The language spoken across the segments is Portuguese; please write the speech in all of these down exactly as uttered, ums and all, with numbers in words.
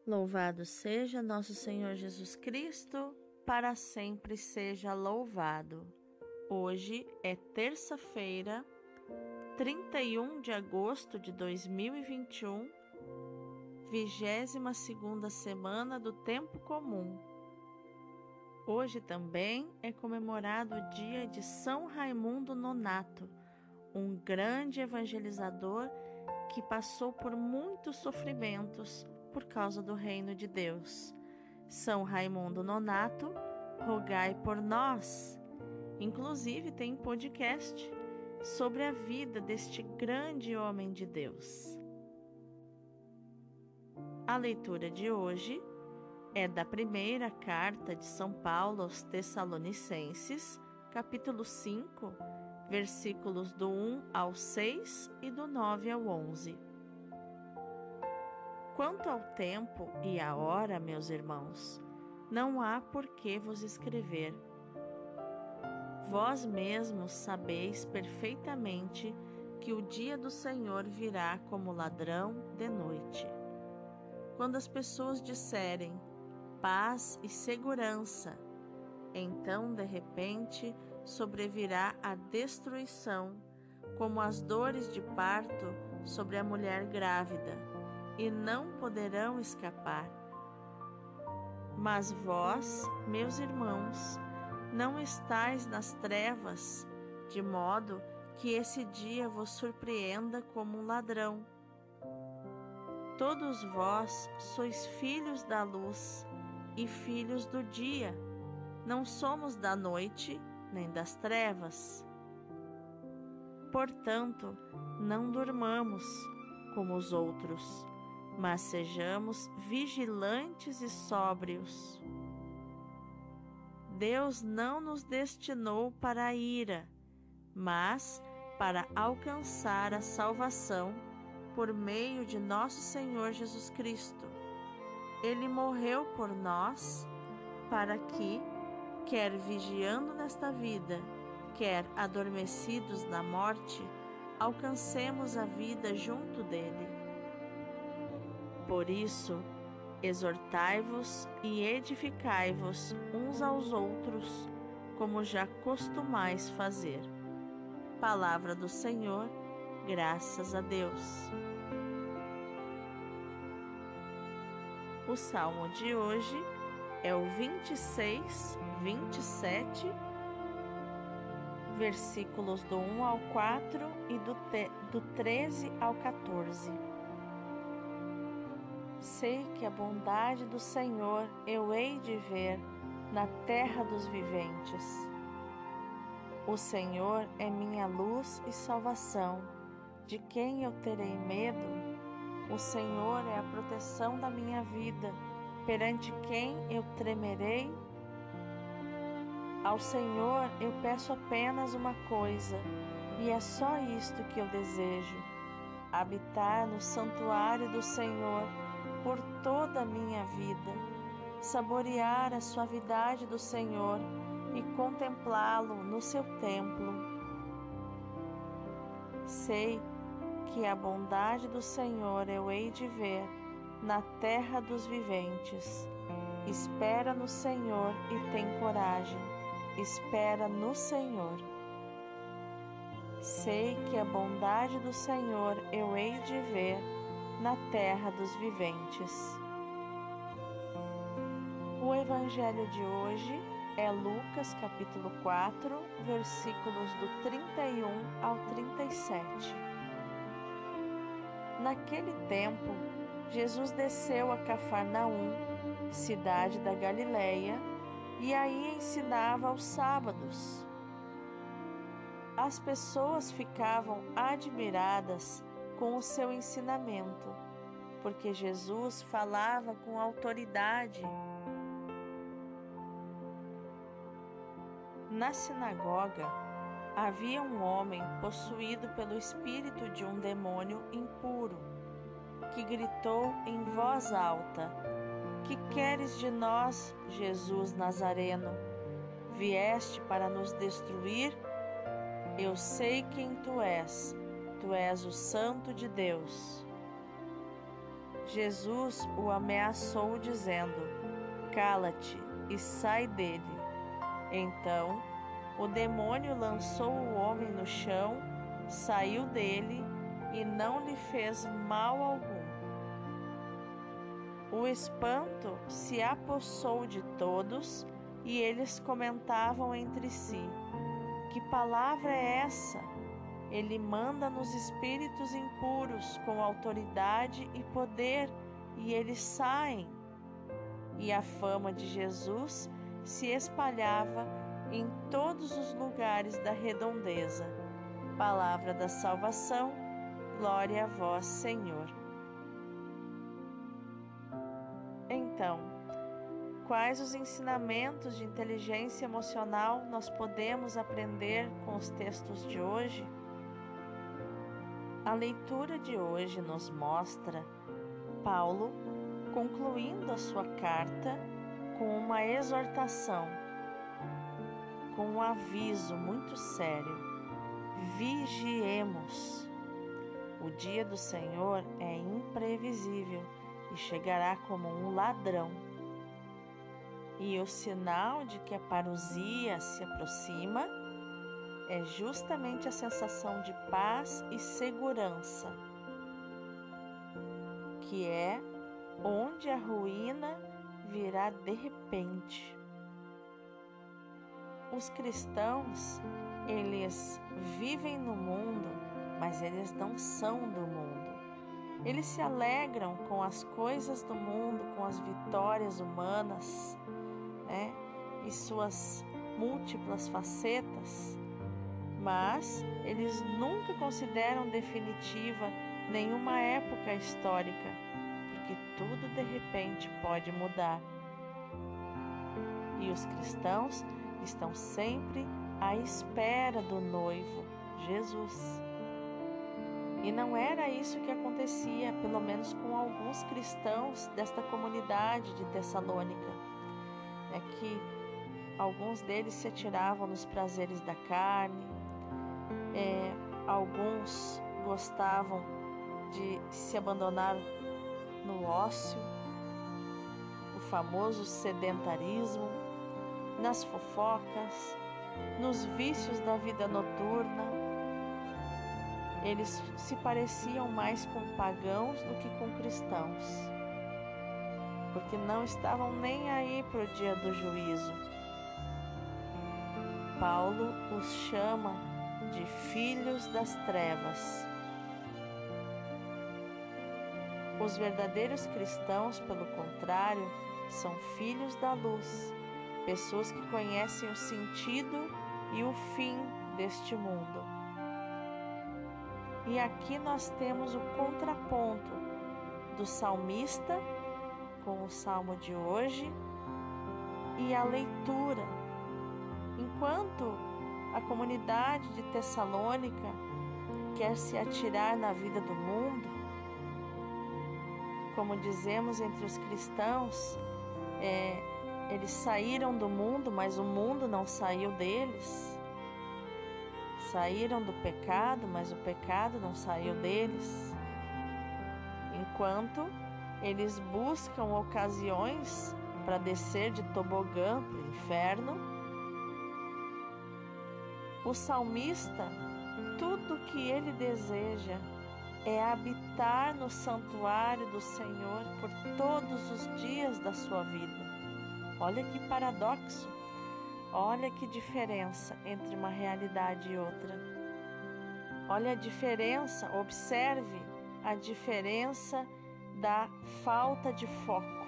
Louvado seja nosso Senhor Jesus Cristo, para sempre seja louvado. Hoje é terça-feira, trinta e um de agosto de dois mil e vinte e um, vigésima segunda semana do Tempo Comum. Hoje também é comemorado o dia de São Raimundo Nonato, um grande evangelizador que passou por muitos sofrimentos por causa do reino de Deus. São Raimundo Nonato, rogai por nós. Inclusive tem um podcast sobre a vida deste grande homem de Deus. A leitura de hoje é da primeira carta de São Paulo aos Tessalonicenses, capítulo cinco, versículos do um ao seis e do nove ao onze. Quanto ao tempo e à hora, meus irmãos, não há por que vos escrever. Vós mesmos sabeis perfeitamente que o dia do Senhor virá como ladrão de noite. Quando as pessoas disserem paz e segurança, então de repente sobrevirá a destruição, como as dores de parto sobre a mulher grávida, e não poderão escapar. Mas vós, meus irmãos, não estais nas trevas, de modo que esse dia vos surpreenda como um ladrão. Todos vós sois filhos da luz e filhos do dia, não somos da noite nem das trevas. Portanto, não durmamos como os outros, mas sejamos vigilantes e sóbrios. Deus não nos destinou para a ira, mas para alcançar a salvação por meio de nosso Senhor Jesus Cristo. Ele morreu por nós para que, quer vigiando nesta vida, quer adormecidos na morte, alcancemos a vida junto dele. Por isso, exortai-vos e edificai-vos uns aos outros, como já costumais fazer. Palavra do Senhor, graças a Deus. O salmo de hoje é o vinte e seis, vinte e sete, versículos do um ao quatro e do, te, do treze ao quatorze. Sei que a bondade do Senhor eu hei de ver na terra dos viventes. O Senhor é minha luz e salvação, de quem eu terei medo? O Senhor é a proteção da minha vida, perante quem eu tremerei? Ao Senhor eu peço apenas uma coisa, e é só isto que eu desejo: habitar no santuário do Senhor por toda a minha vida, saborear a suavidade do Senhor e contemplá-lo no seu templo. Sei que a bondade do Senhor eu hei de ver na terra dos viventes. Espera no Senhor e tem coragem. Espera no Senhor. Sei que a bondade do Senhor eu hei de ver na terra dos viventes. O evangelho de hoje é Lucas capítulo quatro, versículos do trinta e um ao trinta e sete. Naquele tempo, Jesus desceu a Cafarnaum, cidade da Galileia, e aí ensinava aos sábados. As pessoas ficavam admiradas com o seu ensinamento, porque Jesus falava com autoridade. Na sinagoga havia um homem possuído pelo espírito de um demônio impuro, que gritou em voz alta: Que queres de nós, Jesus Nazareno? Vieste para nos destruir? Eu sei quem tu és. Tu és o Santo de Deus. Jesus o ameaçou, dizendo: "Cala-te e sai dele." Então, o demônio lançou o homem no chão, saiu dele e não lhe fez mal algum. O espanto se apossou de todos e eles comentavam entre si: "Que palavra é essa? Ele manda nos espíritos impuros com autoridade e poder, e eles saem." E a fama de Jesus se espalhava em todos os lugares da redondeza. Palavra da salvação, glória a vós, Senhor. Então, quais os ensinamentos de inteligência emocional nós podemos aprender com os textos de hoje? A leitura de hoje nos mostra Paulo concluindo a sua carta com uma exortação, com um aviso muito sério: vigiemos. O dia do Senhor é imprevisível e chegará como um ladrão. E o sinal de que a parousia se aproxima é justamente a sensação de paz e segurança, que é onde a ruína virá de repente. Os cristãos, eles vivem no mundo, mas eles não são do mundo. Eles se alegram com as coisas do mundo, com as vitórias humanas, né, e suas múltiplas facetas, mas eles nunca consideram definitiva nenhuma época histórica, porque tudo de repente pode mudar. E os cristãos estão sempre à espera do noivo, Jesus. E não era isso que acontecia, pelo menos com alguns cristãos desta comunidade de Tessalônica. É que alguns deles se atiravam nos prazeres da carne, é, alguns gostavam de se abandonar no ócio, o famoso sedentarismo, nas fofocas, nos vícios da vida noturna. Eles se pareciam mais com pagãos do que com cristãos, porque não estavam nem aí para o dia do juízo. Paulo os chama de filhos das trevas. Os verdadeiros cristãos, pelo contrário, são filhos da luz, pessoas que conhecem o sentido e o fim deste mundo. E aqui nós temos o contraponto do salmista com o salmo de hoje e a leitura. Enquanto a comunidade de Tessalônica quer se atirar na vida do mundo, como dizemos entre os cristãos, é, eles saíram do mundo, mas o mundo não saiu deles. Saíram do pecado, mas o pecado não saiu deles. Enquanto eles buscam ocasiões para descer de tobogã para o inferno, o salmista, tudo que ele deseja é habitar no santuário do Senhor por todos os dias da sua vida. Olha que paradoxo, olha que diferença entre uma realidade e outra. Olha a diferença, observe a diferença da falta de foco.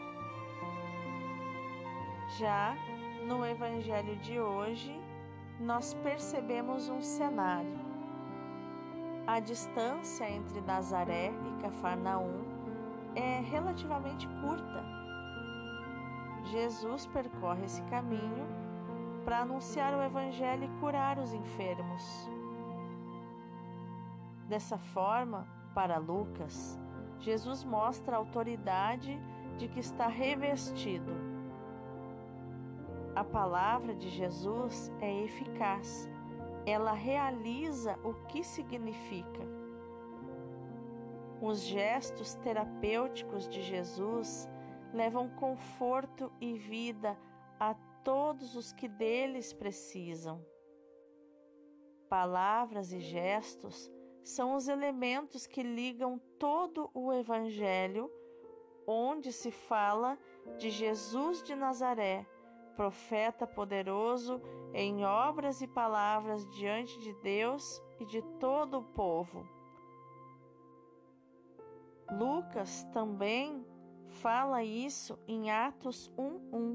Já no Evangelho de hoje, nós percebemos um cenário. A distância entre Nazaré e Cafarnaum é relativamente curta. Jesus percorre esse caminho para anunciar o Evangelho e curar os enfermos. Dessa forma, para Lucas, Jesus mostra a autoridade de que está revestido. A palavra de Jesus é eficaz. Ela realiza o que significa. Os gestos terapêuticos de Jesus levam conforto e vida a todos os que deles precisam. Palavras e gestos são os elementos que ligam todo o Evangelho, onde se fala de Jesus de Nazaré, profeta poderoso em obras e palavras diante de Deus e de todo o povo. Lucas também fala isso em Atos um, um.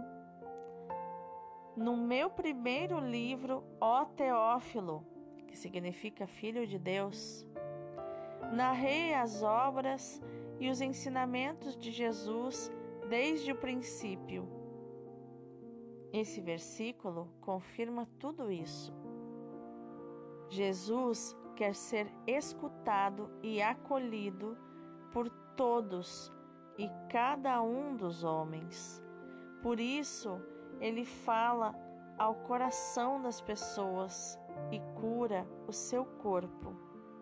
No meu primeiro livro, ó Teófilo, que significa Filho de Deus, narrei as obras e os ensinamentos de Jesus desde o princípio. Esse versículo confirma tudo isso. Jesus quer ser escutado e acolhido por todos e cada um dos homens. Por isso, ele fala ao coração das pessoas e cura o seu corpo.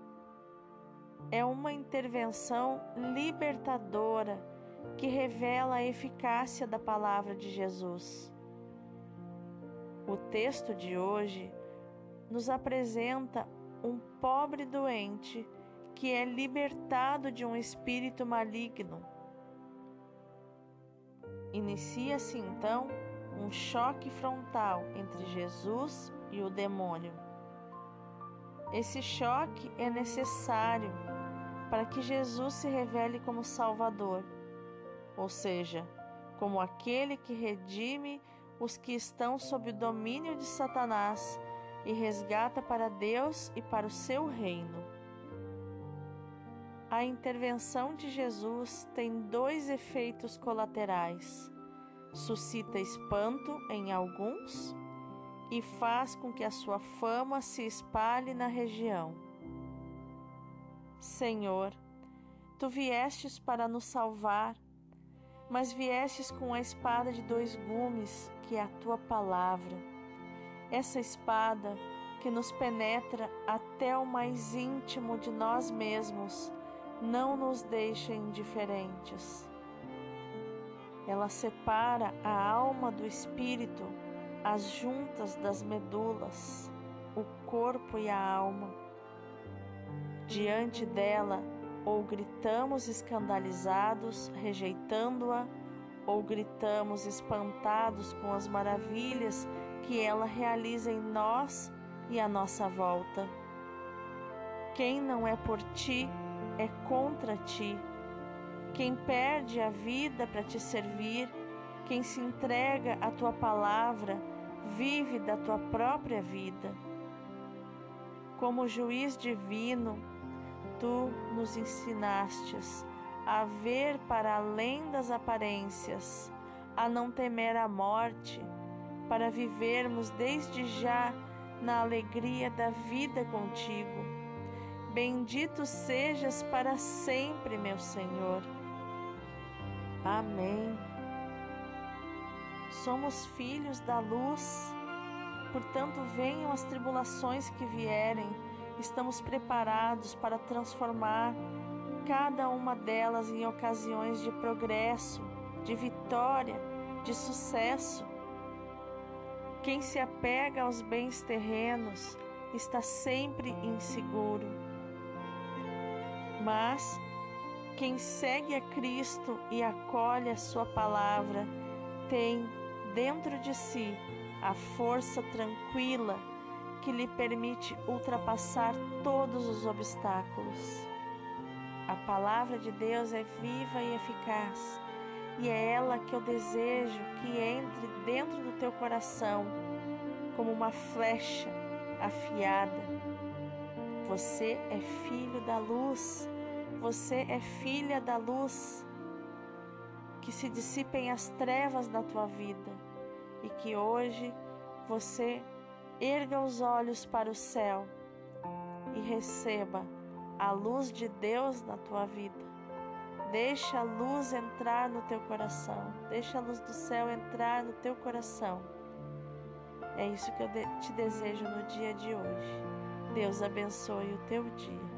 É uma intervenção libertadora que revela a eficácia da palavra de Jesus. O texto de hoje nos apresenta um pobre doente que é libertado de um espírito maligno. Inicia-se então um choque frontal entre Jesus e o demônio. Esse choque é necessário para que Jesus se revele como Salvador, ou seja, como aquele que redime os que estão sob o domínio de Satanás e resgata para Deus e para o seu reino. A intervenção de Jesus tem dois efeitos colaterais. Suscita espanto em alguns e faz com que a sua fama se espalhe na região. Senhor, tu viestes para nos salvar, mas viestes com a espada de dois gumes, que é a tua palavra. Essa espada que nos penetra até o mais íntimo de nós mesmos, não nos deixa indiferentes. Ela separa a alma do espírito, as juntas das medulas, o corpo e a alma. Diante dela, ou gritamos escandalizados, rejeitando-a, ou gritamos espantados com as maravilhas que ela realiza em nós e à nossa volta. Quem não é por ti, é contra ti. Quem perde a vida para te servir, quem se entrega à tua palavra, vive da tua própria vida. Como juiz divino, tu nos ensinastes a ver para além das aparências, a não temer a morte, para vivermos desde já na alegria da vida contigo. Bendito sejas para sempre, meu Senhor. Amém. Somos filhos da luz, portanto, venham as tribulações que vierem, estamos preparados para transformar cada uma delas em ocasiões de progresso, de vitória, de sucesso. Quem se apega aos bens terrenos está sempre inseguro, mas quem segue a Cristo e acolhe a sua palavra tem dentro de si a força tranquila que lhe permite ultrapassar todos os obstáculos. A palavra de Deus é viva e eficaz, e é ela que eu desejo que entre dentro do teu coração como uma flecha afiada. Você é filho da luz, você é filha da luz. Que se dissipem as trevas da tua vida e que hoje você erga os olhos para o céu e receba a luz de Deus na tua vida. Deixa a luz entrar no teu coração, deixa a luz do céu entrar no teu coração. É isso que eu te desejo no dia de hoje. Deus abençoe o teu dia.